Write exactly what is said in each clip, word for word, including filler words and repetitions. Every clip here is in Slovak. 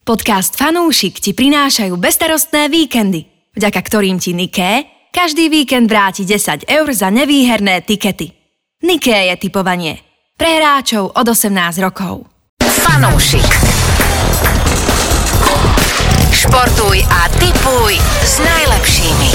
Podcast Fanúšik ti prinášajú bezstarostné víkendy, vďaka ktorým ti Niké každý víkend vráti desať eur za nevýherné tikety. Niké je tipovanie pre hráčov od osemnásť rokov. Fanúšik. Športuj a tipuj s najlepšími.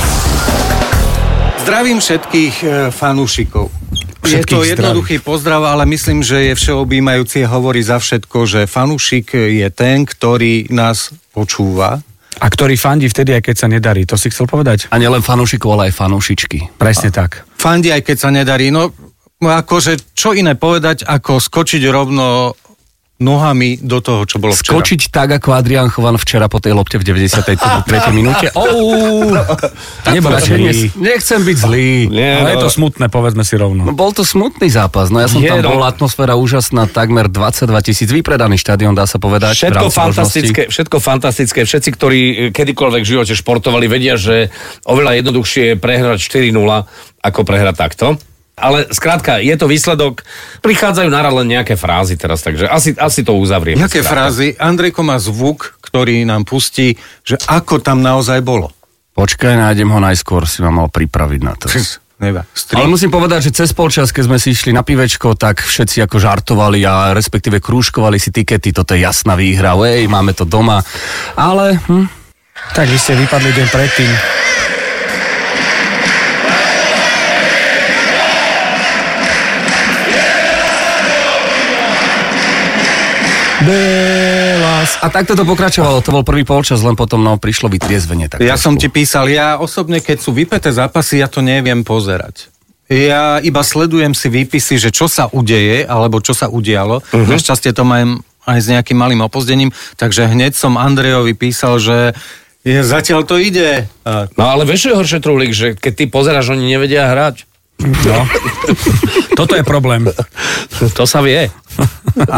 Zdravím všetkých e, fanúšikov. Je Všetkých to jednoduchý zdravím. Pozdrav, ale myslím, že je všeobjímajúci, hovorí za všetko, že fanúšik je ten, ktorý nás počúva. A ktorý fandí vtedy, aj keď sa nedarí. To si chcel povedať? A nielen fanúšikov, ale aj fanúšičky. Presne a, tak. Fandí, aj keď sa nedarí. No, akože, čo iné povedať, ako skočiť rovno nohami do toho, čo bolo včera. Skočiť tak, ako Adrián Chovan včera po tej lopte v deväťdesiatej tretej minúte. Oh, Nebol zlý. Nechcem byť zlý. Nie, ale no, je to smutné, povedzme si rovno. No, bol to smutný zápas. No ja som je, tam bol, no. Atmosféra úžasná, takmer dvadsaťdva tisíc, vypredaný štadión, dá sa povedať. Všetko fantastické, všetko fantastické. Všetci, ktorí kedykoľvek v živote športovali, vedia, že oveľa jednoduchšie je prehrať štyri nula, ako prehrať takto. Ale skrátka, je to výsledok, prichádzajú narad len nejaké frázy teraz, takže asi, asi to uzavrieme. Jaké frázy? Andrejko má zvuk, ktorý nám pustí, že ako tam naozaj bolo. Počkaj, nájdem ho najskôr, si ma mal pripraviť na to. Neba, ale musím povedať, že cez polčas, keď sme si išli na pivečko, tak všetci ako žartovali a respektíve krúžkovali si tikety, toto je jasná výhra, ej, máme to doma, ale... Hm. Tak vy ste vypadli deň predtým. Belas. A takto to pokračovalo, to bol prvý polčas, len potom no, prišlo vytriezvenie. Tak ja trošku. Som ti písal, ja osobne, keď sú vypäté zápasy, ja to neviem pozerať. Ja iba sledujem si výpisy, že čo sa udeje, alebo čo sa udialo. Uh-huh. Našťastie to mám aj s nejakým malým opozdením, takže hneď som Andrejovi písal, že je, zatiaľ to ide. A... No ale vieš, čo je horšie, Trulík, že keď ty pozeráš, oni nevedia hrať. No. Toto je problém. To sa vie. A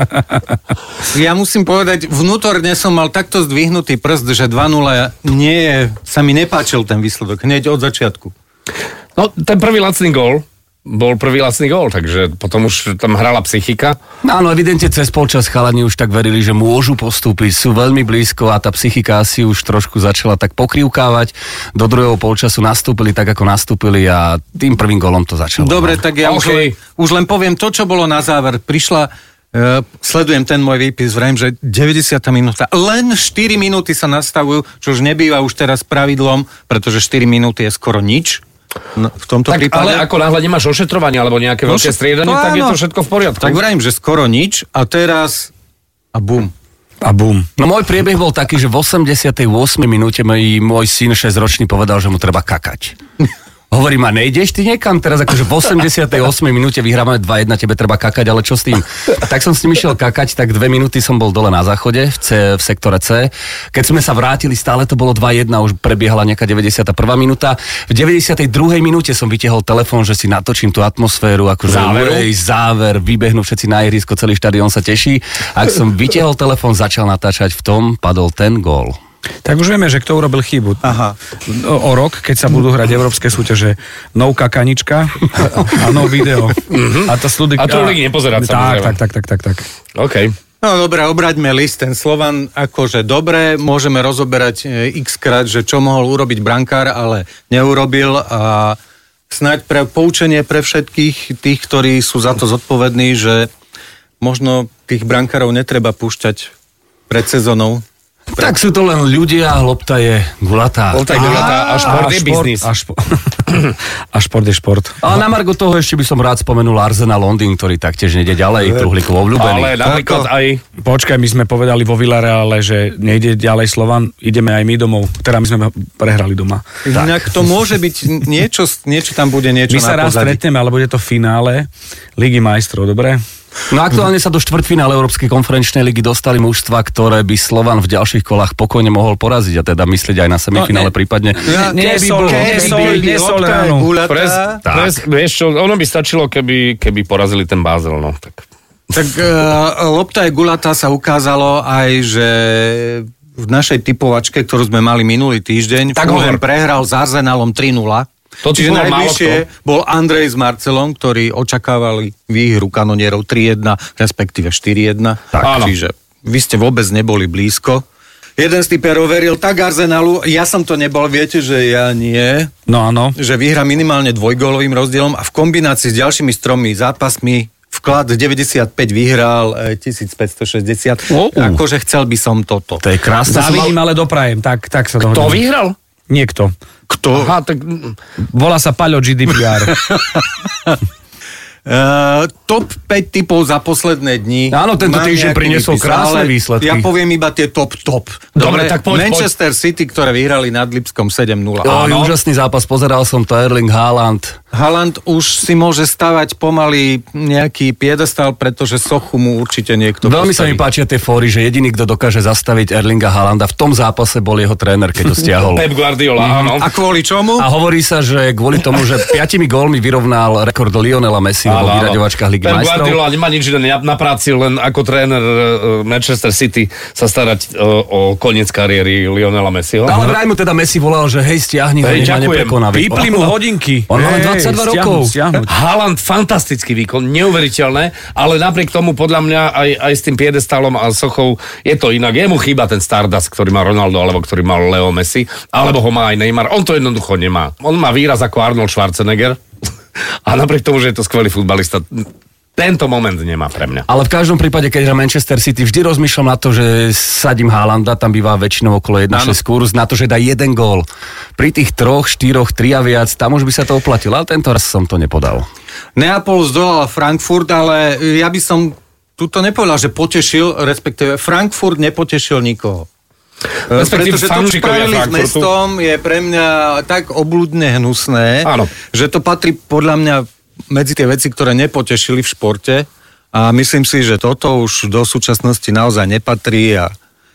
ja musím povedať, vnútorne som mal takto zdvihnutý prst, že dva nula nie je, sa mi nepáčil ten výsledok hneď od začiatku. No, ten prvý lacný gól bol prvý lacný gól, takže potom už tam hrala psychika. No áno, evidentne cez polčas chalani už tak verili, že môžu postúpiť, sú veľmi blízko a tá psychika asi už trošku začala tak pokrivkávať. Do druhého polčasu nastúpili tak, ako nastúpili a tým prvým gólom to začalo. Dobre, tak ja okay. už, už len poviem to, čo bolo na záver. Prišla, uh, sledujem ten môj výpis, vrajím, že deväťdesiata minúta. Len štyri minúty sa nastavujú, čo už nebýva už teraz pravidlom, pretože štyri minúty je skoro nič. No, v tomto tak, prípade... Ale ako náhle nemáš ošetrovanie alebo nejaké no, veľké striedanie, tak je to všetko v poriadku. Tak vrajím, že skoro nič a teraz a bum. A bum. No môj priebeh bol taký, že v osemdesiatej ôsmej minúte môj, môj syn šesťročný povedal, že mu treba kakať. Hovorím, a nejdeš ty niekam? Teraz akože v osemdesiatej ôsmej minúte vyhrávame dva jedna, tebe treba kakať, ale čo s tým? A tak som s ním išiel kakať, tak dve minúty som bol dole na záchode, v, C, v sektore C. Keď sme sa vrátili, stále to bolo dva jedna, už prebiehala nejaká deväťdesiata prvá minúta. V deväťdesiatej druhej minúte som vytiahol telefón, že si natočím tú atmosféru, akože záveru? záver, vybehnú všetci na ihrisko, celý štadión sa teší. Ak som vytiahol telefón, začal natáčať, v tom padol ten gól. Tak už vieme, že kto urobil chybu. Aha. O, o rok, keď sa budú hrať európske súťaže, no kakanička a no video. Mm-hmm. A to slúdy... A to ľudí nepozerať tak, tak, tak, tak, tak, tak. OK. No dobré, obraťme list, ten Slovan akože dobre, môžeme rozoberať x krát, že čo mohol urobiť brankár, ale neurobil a snáď pre poučenie pre všetkých tých, ktorí sú za to zodpovední, že možno tých brankárov netreba púšťať pred sezónou. Tak sú to len ľudia, lopta je gulatá. Lopta je gulatá a šport je biznis. A, špo... a šport je šport. A na margo toho ešte by som rád spomenul Arsena Londýn, ktorý taktiež nejde ďalej, Truhlíkov obľúbený. Ale napríklad aj... Počkaj, my sme povedali vo Villareale, že nejde ďalej Slovan, ideme aj my domov. Teda my sme prehrali doma. Inak to môže byť niečo, niečo tam bude niečo na pozadí. My sa raz stretneme, ale bude to finále Ligy majstrov, dobre? No aktuálne sa do štvrťfinále Európskej konferenčnej ligy dostali mužstva, ktoré by Slovan v ďalších kolách pokojne mohol poraziť a teda myslieť aj na semifinále no, prípadne. Ja, nie, nesol, nesol, nesol, Vieš čo, ono by stačilo, keby, keby porazili ten Bázel, no tak. Tak uh, lopta je gulatá sa ukázalo aj, že v našej typovačke, ktorú sme mali minulý týždeň, Fulham prehral s Arsenalom tri nula. To, čiže najbližšie bol Andrej s Marcelom, ktorí očakávali výhru kanonierov tri jedna, respektíve štyri jedna. Tak, čiže vy ste vôbec neboli blízko. Jeden z typerov veril tak Arsenalu, ja som to nebol, viete, že ja nie. No áno. Že vyhra minimálne dvojgólovým rozdielom a v kombinácii s ďalšími stromi zápasmi vklad deväťdesiatpäť vyhral e, tisícpäťstošesťdesiat. Oh. Akože chcel by som toto. To je krásne. Závidím, ale doprajem. Tak, tak sa dohodneme. Kto vyhral? Niekto. Kto? Aha, tak... Volá sa Paľo G D P R. Uh, top päť typov za posledné dni. Áno, tento Mám týždeň nejaký priniesol výpis, krásne ale výsledky. Ja poviem iba tie top top. Dobre, tak poď, Manchester poď. City, ktoré vyhrali nad Lipskom sedem nula. Oj, úžasný zápas, pozeral som to, Erling Haaland. Haaland už si môže stavať pomaly nejaký piedestal, pretože sochu mu určite niekto Veľmi postaví. sa mi páčia tie fóry, že jediný, kto dokáže zastaviť Erlinga Haalanda, v tom zápase bol jeho tréner, keď ho stiahol. Pep Guardiola, áno. A kvôli čomu? A hovorí sa, že kvôli tomu, že piatimi gólmi vyrovnal rekord Lionela Messiho vo vyraďovačkách Ligy Pep majstrov. Guardiola nemá nič iné na práci, len ako tréner uh, Manchester City sa starať uh, o koniec kariéry Lionela Messiho. No, ale vraj mu teda Messi volal, že hej, stiahni ho, Hej, nech ma ďakujem. neprekoná. Vypli mu hodinky. On má len Hej, dvadsaťdva stiahnuť, rokov. stiahnuť. Haaland, fantastický výkon, neuveriteľné, ale napriek tomu podľa mňa aj, aj s tým piedestalom a sochou je to inak. Jemu chýba ten Stardust, ktorý má Ronaldo, alebo ktorý mal Leo Messi, alebo ho má aj Neymar. On to jednoducho nemá. On má výraz ako Arnold Schwarzenegger a napriek tomu, že je to skvelý futbalista, tento moment nemá pre mňa. Ale v každom prípade, keď hra Manchester City, vždy rozmýšľam na to, že sadím Haalanda, tam býva väčšinou okolo jeden celá šesť kurz, na to, že dá jeden gól. Pri tých troch, štyroch, tri a viac, tam už by sa to oplatilo, ale tento raz som to nepodal. Neapol zdolal Frankfurt, ale ja by som tuto nepovedal, že potešil, respektíve Frankfurt nepotešil nikoho. Respektíve Pretože to, čo fanúšikovia spravili s Frankfurtu. mestom, je pre mňa tak obľudne hnusné, Áno. že to patrí podľa mňa medzi tie veci, ktoré nepotešili v športe a myslím si, že toto už do súčasnosti naozaj nepatrí a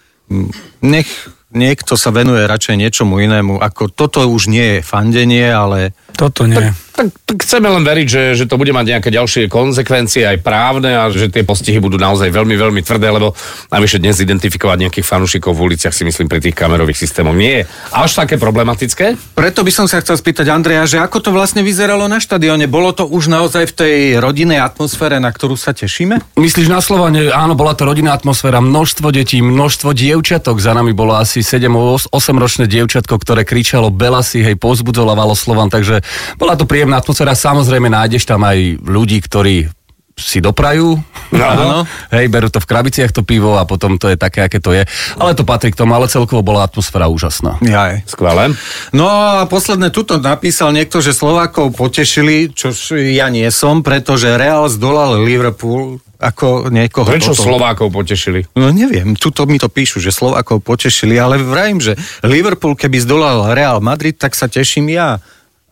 nech niekto sa venuje radšej niečomu inému. Ako toto už nie je fandenie, ale... Toto nie. Tak, tak chceme len veriť, že, že to bude mať nejaké ďalšie konzekvencie, aj právne, a že tie postihy budú naozaj veľmi, veľmi tvrdé, lebo navyše dnes identifikovať nejakých fanúšikov v uliciach si myslím pri tých kamerových systémoch nie je až také problematické. Preto by som sa chcel spýtať Andreja, že ako to vlastne vyzeralo na štadióne? Bolo to už naozaj v tej rodinnej atmosfére, na ktorú sa tešíme? Myslíš na Slovane? Áno, bola to rodinná atmosféra, množstvo detí, množstvo dievčatok. Za nami bolo asi sedem osem ročné dievčatko, ktoré kričalo Belasi, hej, povzbudzovalo Slovan, takže bola to príjemná atmosféra. Samozrejme nájdeš tam aj ľudí, ktorí si doprajú, No, áno. hej, berú to v krabiciach to pivo a potom to je také, aké to je. Ale to patrí k tomu, ale celkovo bola atmosféra úžasná. Jaj. Skvelé. No a posledné tuto napísal niekto, že Slovákov potešili, čo ja nie som, pretože Real zdolal Liverpool ako niekoho. Prečo toto. Slovákov potešili? No neviem, tuto mi to píšu, že Slovákov potešili, ale vrajím, že Liverpool keby zdolal Real Madrid, tak sa teším ja.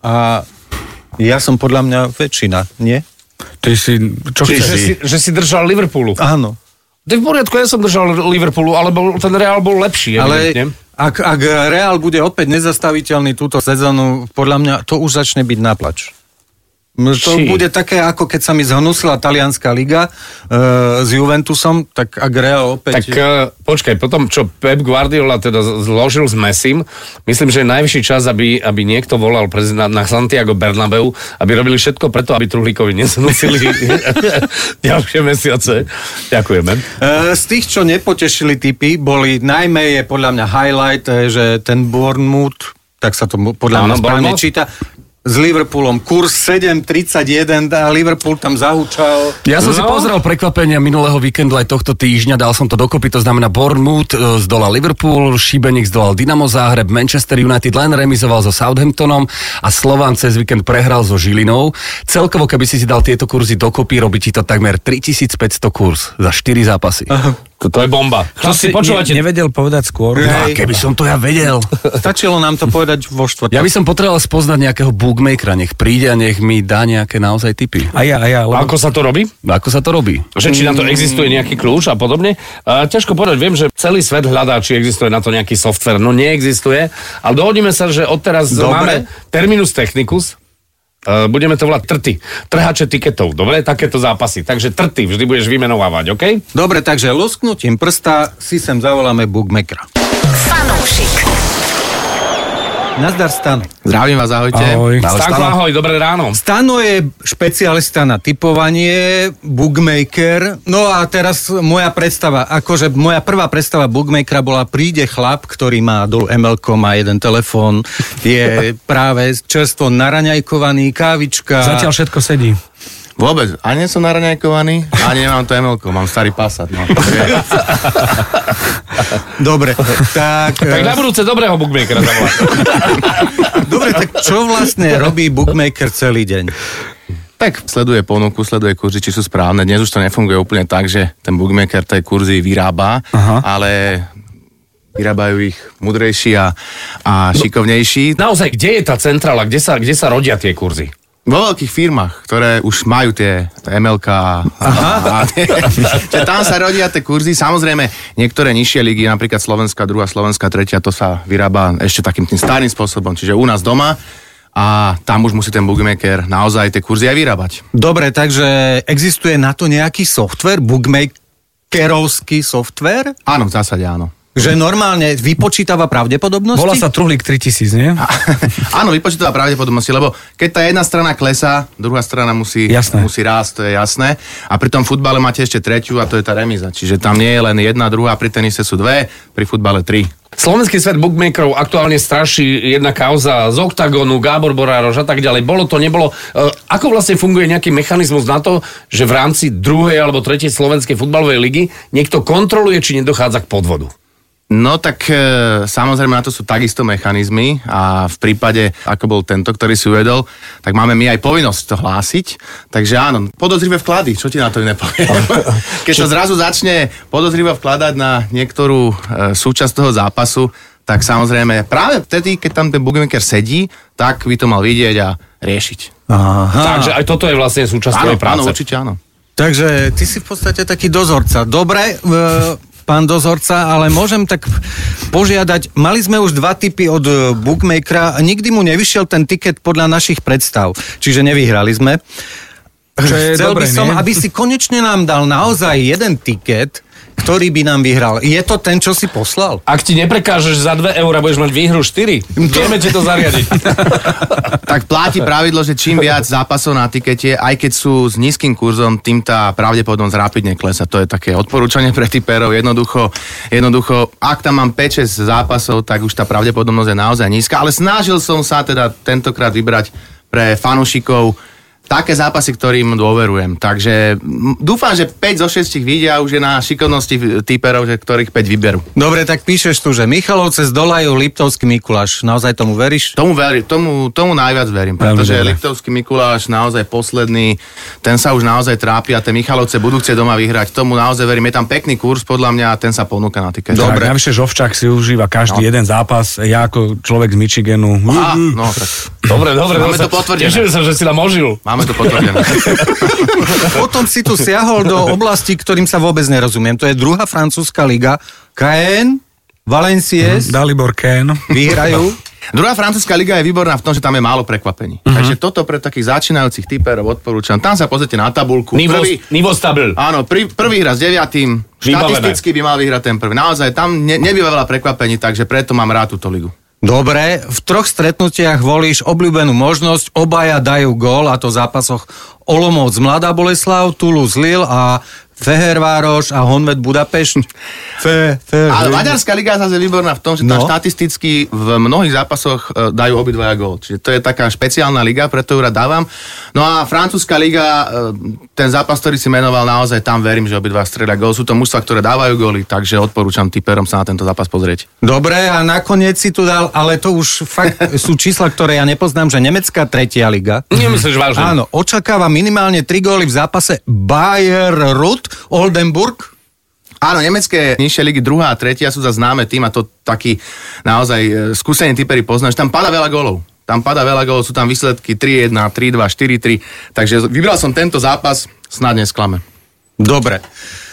A ja som podľa mňa väčšina, nie? Ty si, čo Čiže, chceš? že, si, že si držal Liverpoolu. Áno. To je v poriadku, ja som držal Liverpoolu, ale bol, ten Real bol lepší. Ale evidentne. ak, ak Real bude opäť nezastaviteľný túto sezónu, podľa mňa to už začne byť naplač. To Či? bude také, ako keď sa mi zhnusila talianská liga e, s Juventusom, tak ak Real opäť... Tak uh, počkaj, potom, čo Pep Guardiola teda zložil s Messim, myslím, že je najvyšší čas, aby, aby niekto volal prezident na Santiago Bernabeu, aby robili všetko preto, aby Truhlíkovi nezhnusili ďalšie mesiace. Ďakujeme. E, z tých, čo nepotešili typy, boli najmä je podľa mňa highlight, e, že ten Bournemouth, tak sa to podľa Áno, mňa správne Bournemouth. číta, s Liverpoolom. Kurz sedem tridsaťjeden a Liverpool tam zahúčal. Ja som No. si pozrel prekvapenia minulého víkendu aj tohto týždňa, dal som to dokopy, to znamená Bournemouth e, zdolal Liverpool, Šibenik zdolal Dynamo Záhreb, Manchester United len remizoval so Southamptonom a Slovan cez víkend prehral so Žilinou. Celkovo, keby si si dal tieto kurzy dokopy, robí ti to takmer tritisícpäťsto kurz za štyri zápasy. To, to je bomba. To si počúvate? ne, nevedel povedať skôr. A keby som to ja vedel. Stačilo nám to povedať vo štvrtok. Ja by som potreboval spoznať nejakého bookmakera, nech príde a nech mi dá nejaké naozaj tipy. A ja, a ja, lebo... Ako sa to robí? Ako sa to robí? Že či na to existuje nejaký kľúč a podobne. A ťažko povedať, viem, že celý svet hľadá, či existuje na to nejaký software. No neexistuje, ale dohodíme sa, že odteraz Dobre. máme terminus technicus. Uh, budeme to volať trty. Trhače tiketov, dobre? Takéto zápasy. Takže trty vždy budeš vymenovávať, OK? Dobre, takže lusknutím prsta si sem zavoláme bookmakera. Fanúšik. Nazdar, Stano. Zdravím vás, ahojte. Ahoj. Stanko, ahoj, dobré ráno. Stano je špecialista na tipovanie, bookmaker. No a teraz moja predstava, akože moja prvá predstava bookmakera bola, príde chlap, ktorý má dolu em elko, má jeden telefón, je práve čerstvo naraňajkovaný, kávička. Zatiaľ všetko sedí. Vôbec, ani nie som naraňajkovaný, ani nemám to em elko, mám starý Passat. No. Dobre, tak... Tak na budúce dobrého bookmakera zavolať. Dobre, tak čo vlastne robí bookmaker celý deň? Tak sleduje ponuku, sleduje kurzy, či sú správne. Dnes už to nefunguje úplne tak, že ten bookmaker tej kurzy vyrába, Aha. ale vyrábajú ich múdrejší a, a šikovnejší. Naozaj, kde je tá centrála, kde sa, kde sa rodia tie kurzy? Vo veľkých firmách, ktoré už majú tie em elka. A, a tie, že tam sa rodia tie kurzy. Samozrejme, niektoré nižšie ligy, napríklad Slovenská druhá, Slovenská tretia, to sa vyrába ešte takým tým starým spôsobom, čiže u nás doma. A tam už musí ten bookmaker naozaj tie kurzy aj vyrábať. Dobre, takže existuje na to nejaký software, bookmakerovský software? Áno, v zásade áno. Že normálne vypočítava pravdepodobnosti? Volá sa Truhlík tritisíc, nie? Áno, vypočítava pravdepodobnosti, lebo keď tá jedna strana klesá, druhá strana musí, musí rásť, to je jasné. A pri tom futbale máte ešte tretiu a to je tá remíza. Čiže tam nie je len jedna, druhá, pri tenise sú dve, pri futbale tri. Slovenský svet bookmakerov aktuálne straší jedna kauza z Oktagonu, Gábor Borároš a tak ďalej. Bolo to, nebolo. Ako vlastne funguje nejaký mechanizmus na to, že v rámci druhej alebo tretej slovenskej futbalovej ligy niekto kontroluje, či nedochádza k podvodu? No tak e, samozrejme na to sú takisto mechanizmy a v prípade, ako bol tento, ktorý si uvedol, tak máme my aj povinnosť to hlásiť. Takže áno, podozrivé vklady, čo ti na to iné poviem? Keď sa zrazu začne podozrivo vkladať na niektorú e, súčasť toho zápasu, tak samozrejme práve vtedy, keď tam ten bookmaker sedí, tak by to mal vidieť a riešiť. Aha. Takže aj toto je vlastne súčasť tvojej práce. Áno, určite áno. Takže ty si v podstate taký dozorca. Dobre, e- pán dozorca, ale môžem tak požiadať, mali sme už dva tipy od bookmakera a nikdy mu nevyšiel ten tiket podľa našich predstav, čiže nevyhrali sme. Čo je Chcel dobre, by som, nie? aby si konečne nám dal naozaj jeden tiket, ktorý by nám vyhral. Je to ten, čo si poslal? Ak ti neprekážeš za dve eurá, budeš mať výhru štyri. Vieme ti to zariadiť. Tak platí pravidlo, že čím viac zápasov na tikete, aj keď sú s nízkym kurzom, tým tá pravdepodobnosť rapidne klesa. To je také odporúčanie pre tipérov. Jednoducho, jednoducho, ak tam mám päť šesť zápasov, tak už tá pravdepodobnosť je naozaj nízka. Ale snažil som sa teda tentokrát vybrať pre fanúšikov také zápasy, ktorým dôverujem. Takže dúfam, že päť zo šesť vidia už je na šikovnosti typerov, že ktorých päť vyberú. Dobre, tak píšeš tu, že Michalovce zdolajú Liptovský Mikuláš. Naozaj tomu veríš? Tomu, veri, tomu, tomu najviac verím, pretože Liptovský Mikuláš naozaj posledný, ten sa už naozaj trápi a tie Michalovce budú chcieť doma vyhrať. Tomu naozaj verím. Je tam pekný kurz podľa mňa a ten sa ponúka na tiket. Dobre. Navyše Žovčák si užíva každý no. jeden zápas. Ja ako človek z Michiganu. Á, no, tak. Dobre, dobre. Máme to potvrdené. Teším sa, že si nám ožil. Máme to potvrdené. Potom si tu siahol do oblasti, ktorým sa vôbec nerozumiem. To je druhá francúzska liga. Caen, Valenciennes, mm, Dalibor Caen vyhrajú. Druhá francúzska liga je výborná v tom, že tam je málo prekvapení. Uh-huh. Takže toto pre takých začínajúcich typerov odporúčam. Tam sa pozrite na tabuľku. Nivo stabil. Áno, pri, prvý hra s deviatým. Štatisticky by mal vyhrať ten prvý. Naozaj, tam ne, nebýva veľa prekvapení, takže preto mám rád túto ligu. Dobre, v troch stretnutiach volíš obľúbenú možnosť, obaja dajú gól, a to v zápasoch Olomouc Mladá Boleslav, Toulouse Lille a Fehervároš a Honvéd Budapešť. Fe, fe, Ale maďarská liga je zase výborná v tom, že tam no. štatisticky v mnohých zápasoch e, dajú obidvaja gól. Čiže to je taká špeciálna liga, preto ju rád dávam. No a francúzska liga, e, ten zápas, ktorý si menoval, naozaj tam verím, že obidva strieľa gól. Sú to mužstvá, ktoré dávajú góly, takže odporúčam typerom sa na tento zápas pozrieť. Dobre, a nakoniec si tu dal, ale to už fakt sú čísla, ktoré ja nepoznám, že nemecká tretia liga. Nemyslíš vážne? Áno, očakáva minimálne tri góly v zápase Bayer-Rut, Oldenburg. Áno, nemecké nižšie ligy druhá a tretia sú za známe tým a to taký naozaj skúsení typeri poznajú, že tam pada veľa gólov. Tam pada veľa gólov, sú tam výsledky tri jedna, tri dva, štyri tri, takže vybral som tento zápas, snad nesklame. Dobre.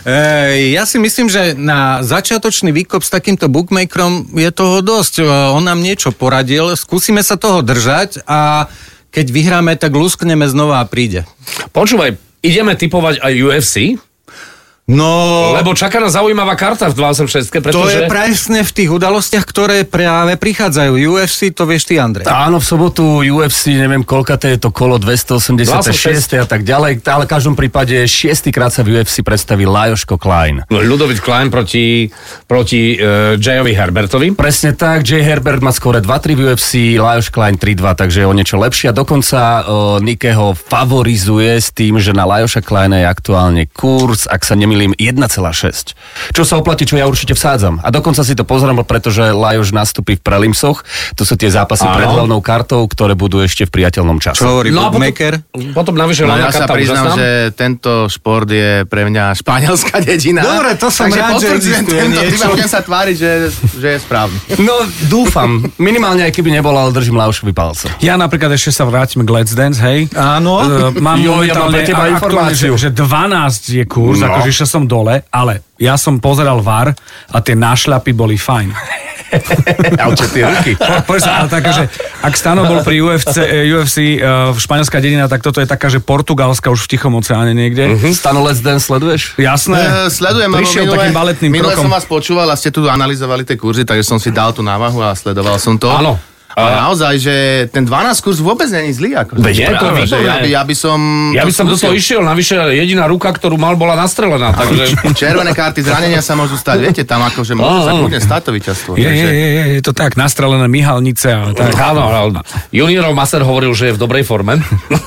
E, ja si myslím, že na začiatočný výkop s takýmto bookmakerom je toho dosť. On nám niečo poradil, skúsime sa toho držať a keď vyhráme, tak luskneme znova a príde. Počúvaj, ideme typovať aj ú ef cé? No, Lebo čaká na zaujímavá karta v dvadsaťšesť, pretože... to je presne v tých udalostiach, ktoré práve prichádzajú. U F C, to vieš ty, Andrej. Áno, v sobotu U F C, neviem koľkaté je to kolo dvestoosemdesiatšesť a tak ďalej, ale v každom prípade šiestýkrát sa v U F C predstaví Lajoško Klein. No, Ľudovít Klein proti, proti uh, Jayovi Herbertovi. Presne tak, Jay Herbert má skóre dva tri v U F C, Lajoš Klein tri dva, takže je o niečo lepšie a dokonca uh, Nike ho favorizuje s tým, že na Lajoša Kleina je aktuálne kurz, ak sa nemýlim, jeden celá šesť. Čo sa oplatí, čo ja určite vsádzam. A dokonca si to pozriem, pretože Lajoš nastúpi v prelimsoch. To sú tie zápasy Áno. pred hlavnou kartou, ktoré budú ešte v priateľnom čase. Čo hovorí No a potom, bookmaker? potom navyše No hlavná ja sa karta priznám, úžasná. že tento šport je pre mňa španielská dedina. Dobre, to som Takže rád, že potvrdzujem existuje tento, niečo. iba budem sa tváriť, že, že je správny. No, dúfam. Minimálne, aj keby nebol, ale držím Lajošovi palce. Ja napríklad ešte sa vrátim k Let's Dance, hej. Áno. Uh, mám Jo, ja mám momentálne pre teba a- aktuálne, že, informáciu. že dvanásť je kurz, No. akože išiel som dole, ale ja som pozeral V A R a tie nášľapy boli fajn. A čo tie ruky? Po- Povedz sa, ale taká, že ak Stano bol pri U F C, eh, U F C uh, v španielská dedina, tak toto je taká, že portugalská už v Tichom oceáne niekde. Hm? Stano Let's Dance sleduješ? Jasné. E, sledujem, lebo Prišiel minule, takým baletným minule krokom. som vás počúval a ste tu analyzovali tie kurzy, takže som si dal tú námahu a sledoval som to. Áno. Ale naozaj, že ten dvanásť kurz vôbec není zlý. Ako, Veď je to práve, že výborné. ja, by, ja by som... Ja by som do toho išiel, navyše jediná ruka, ktorú mal, bola nastrelená, takže... Červené karty, zranenia sa môžu stať, viete, tam akože môžu sa kľudne stať to víťazstvo. Je, takže- je, je, je, je to tak, nastrelené myhalnice a tak. Áno, ale juniorov Maser hovoril, že je v dobrej forme.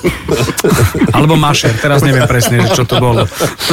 Alebo Mašer, teraz neviem presne, že čo to bolo.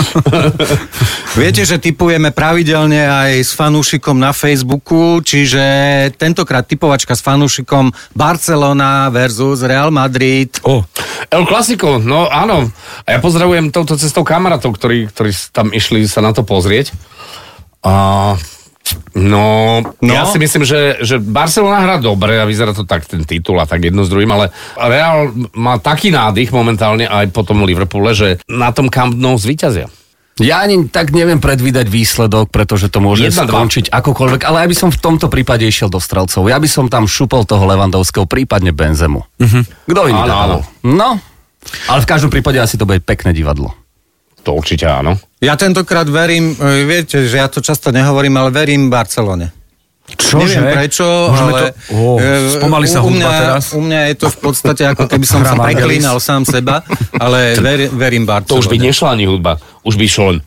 Viete, že tipujeme pravidelne aj s fanúšikom na Facebooku, čiže tentokrát tipovačka s fanúšikom Barcelona versus Real Madrid. O, El Clasico, no áno. A ja pozdravujem touto cestou kamarátov, ktorí, ktorí tam išli sa na to pozrieť. A... No, no, ja si myslím, že, že Barcelona hrá dobre a vyzerá to tak, ten titul a tak jedno s druhým, ale Real má taký nádych momentálne aj po tom Liverpoole, že na tom Camp Nou zvíťazia. Ja ani tak neviem predvídať výsledok, pretože to môže Jedna, dva. skončiť akokoľvek, ale ja by som v tomto prípade išiel do strelcov. Ja by som tam šupol toho Lewandowského, prípadne Benzemu. Uh-huh. Kto iný Áno, áno. dával? No, ale v každom prípade asi to bude pekné divadlo. To určite áno. Ja tentokrát verím, e, viete, že ja to často nehovorím, ale verím Barcelone. čože? Neviem prečo, Môžeme ale... to... Ó, e, spomalí sa u hudba mňa, teraz. U mňa je to v podstate ako keby som Hra sa Vangelis. preklínal sám seba, ale ver, verím To Barcelone. už by nešla ani hudba. Už by išlo len...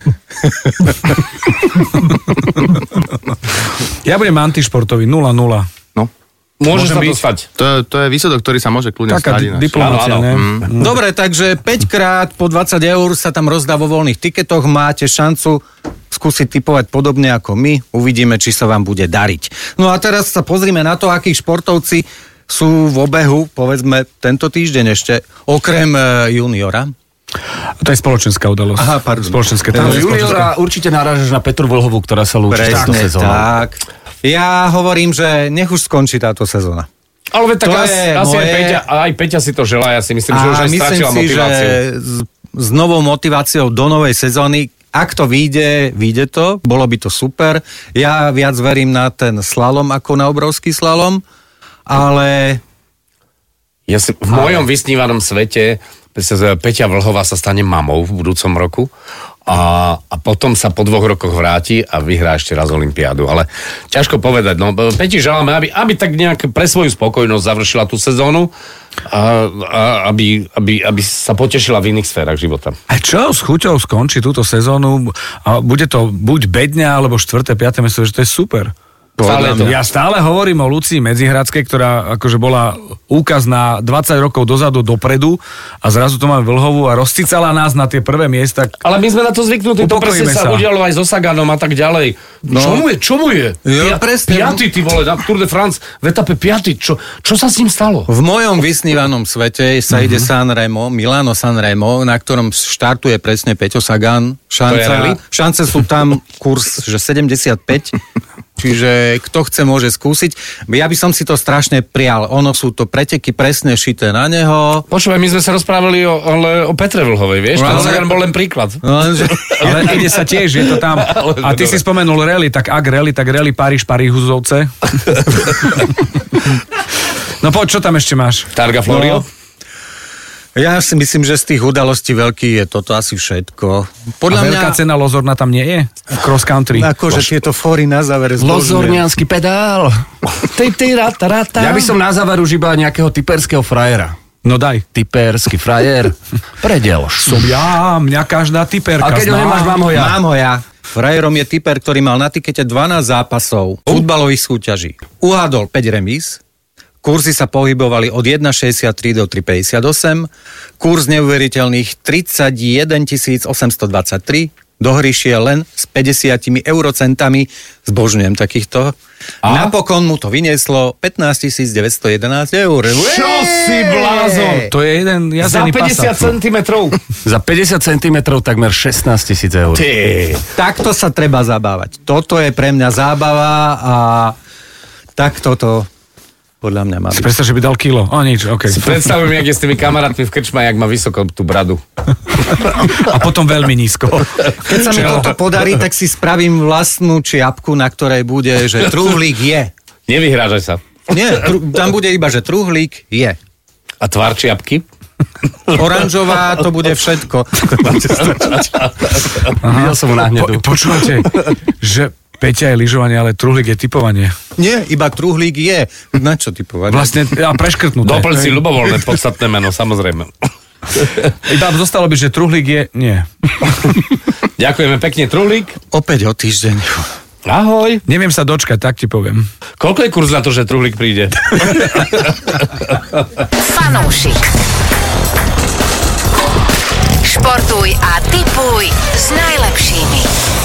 Ja budem antišportový, nula nula. No, Môže Môžem sa to byť? stať. to, to je výsledok, ktorý sa môže kľudne Taká stať. di- ináč. diplomácia, Áno, ne? áno. Dobre, takže päťkrát po dvadsať eur sa tam rozdá vo voľných tiketoch. Máte šancu skúsiť typovať podobne ako my. Uvidíme, či sa vám bude dariť. No a teraz sa pozrime na to, akí športovci sú v obehu, povedzme, tento týždeň ešte, okrem e, juniora. To je spoločenská udalosť. Aha, pardon. Spoločenské. Tam No, tam je spoločenská. juniora určite narážaš na Petru Vlhovú, ktorá sa lúči s táto Presne sezónou. tak. Ja hovorím, že nech už skončí táto sezóna. Ale veď tak To asi, je asi aj, moje- Peťa, aj Peťa si to želá, ja si myslím, že už A aj myslím stratila si, motiváciu. že s, s novou motiváciou do novej sezóny, ak to vyjde, vyjde to, bolo by to super. Ja viac verím na ten slalom ako na obrovský slalom, ale Ja si, v mojom vysnívanom svete Peťa Vlhová sa stane mamou v budúcom roku a, a potom sa po dvoch rokoch vráti a vyhrá ešte raz olympiádu. Ale ťažko povedať. No, Peti želáme, aby, aby tak nejak pre svoju spokojnosť završila tú sezónu a, a aby, aby, aby sa potešila v iných sférach života. A čo s chuťou skončí túto sezónu a bude to buď bedňa alebo štvrté, piate miesto, že to je super. Stále je to. Ja stále hovorím o Lucii Medzihradskej, ktorá akože bola úkaz na dvadsať rokov dozadu dopredu a zrazu to máme Vlhovú a rozcicala nás na tie prvé miesta. Ale my sme na to zvyknutí, to presne Upokojíme sa sa. udialo aj so Saganom a tak ďalej. No. Čo mu je, čo mu je? Jo, presne. Piatý, ty vole, na Tour de France, v etape piatý, čo, čo sa s ním stalo? v mojom vysnívanom svete sa ide Sanremo, Milano Sanremo, na ktorom štartuje presne Peťo Sagan. To je rally? Šance, šance sú tam kurz, že sedemdesiatpäť. Čiže kto chce, môže skúsiť. Ja by som si to strašne prial. Ono sú to preteky presne šité na neho. Počúvaj, my sme sa rozprávali o, ale o Petre Vlhovej, vieš? No, Ten ale- Sagan bol len príklad. No, že... Ale ide sa tiež, je to tam. A ty si spomenul rally, tak ak rally, tak rally Paríž, Paríhuzovce. No poď, čo tam ešte máš? Targa Florio? No. Ja si myslím, že z tých udalostí veľkých je toto asi všetko. Podľa A veľká mňa, cena Lozorna tam nie je? V cross country. akože tieto fóry na záver zbožňujem. Lozorniansky pedál. Ty, ty, rata, rata. Ja by som na záver už iba nejakého typerského frajera. No daj. Typerský frajer. Predelš. Som ja, mňa každá typerka A keď ho zná. nemáš, mám ho ja. Mám ho ja. Frajerom je typer, ktorý mal na tikete dvanásť zápasov futbalových súťaží. Uhádol päť remíz, kurzy sa pohybovali od jedna šesťdesiattri do tri päťdesiatosem, kurz neuveriteľných tridsaťjeden tisíc osemstodvadsaťtri, do hry šiel len s päťdesiatimi eurocentami, zbožňujem takýchto. A? Napokon mu to vynieslo pätnásť tisíc deväťstojedenásť eur. Čo si blázon? To je jeden Za jazdený päťdesiat Passat. centimetrov. Za päťdesiat centimetrov takmer šestnásť tisíc eur. Ty. Takto sa treba zabávať. Toto je pre mňa zábava a takto to podľa mňa má Si byť. predstav, že by dal kilo. O nič, okej. Si predstavujem, jak je s tými kamarátmi v krčma, jak má vysoko tú bradu. A potom veľmi nízko. Keď sa mi toto podarí, tak si spravím vlastnú čiapku, na ktorej bude, že truhlík je. Nevyhrážaj sa. Nie, tru, tam bude iba, že truhlík je. A tvár čiapky? Oranžová, to bude všetko. Videl som mu na hnedu. Po, počúvate, že Peťa je lyžovanie, ale truhlík je typovanie. Nie, iba truhlík je. Na čo typovať? Vlastne, a preškrtnuté. Doplň si ľubovoľné podstatné meno, samozrejme. Iba zostalo by, že truhlík je... Nie. Ďakujeme pekne, Truhlík. Opäť o týždeň. Ahoj. Neviem sa dočkať, tak ti poviem. Koľko je kurz na to, že Truhlík príde? Fanúšik. Športuj a tipuj s najlepšími.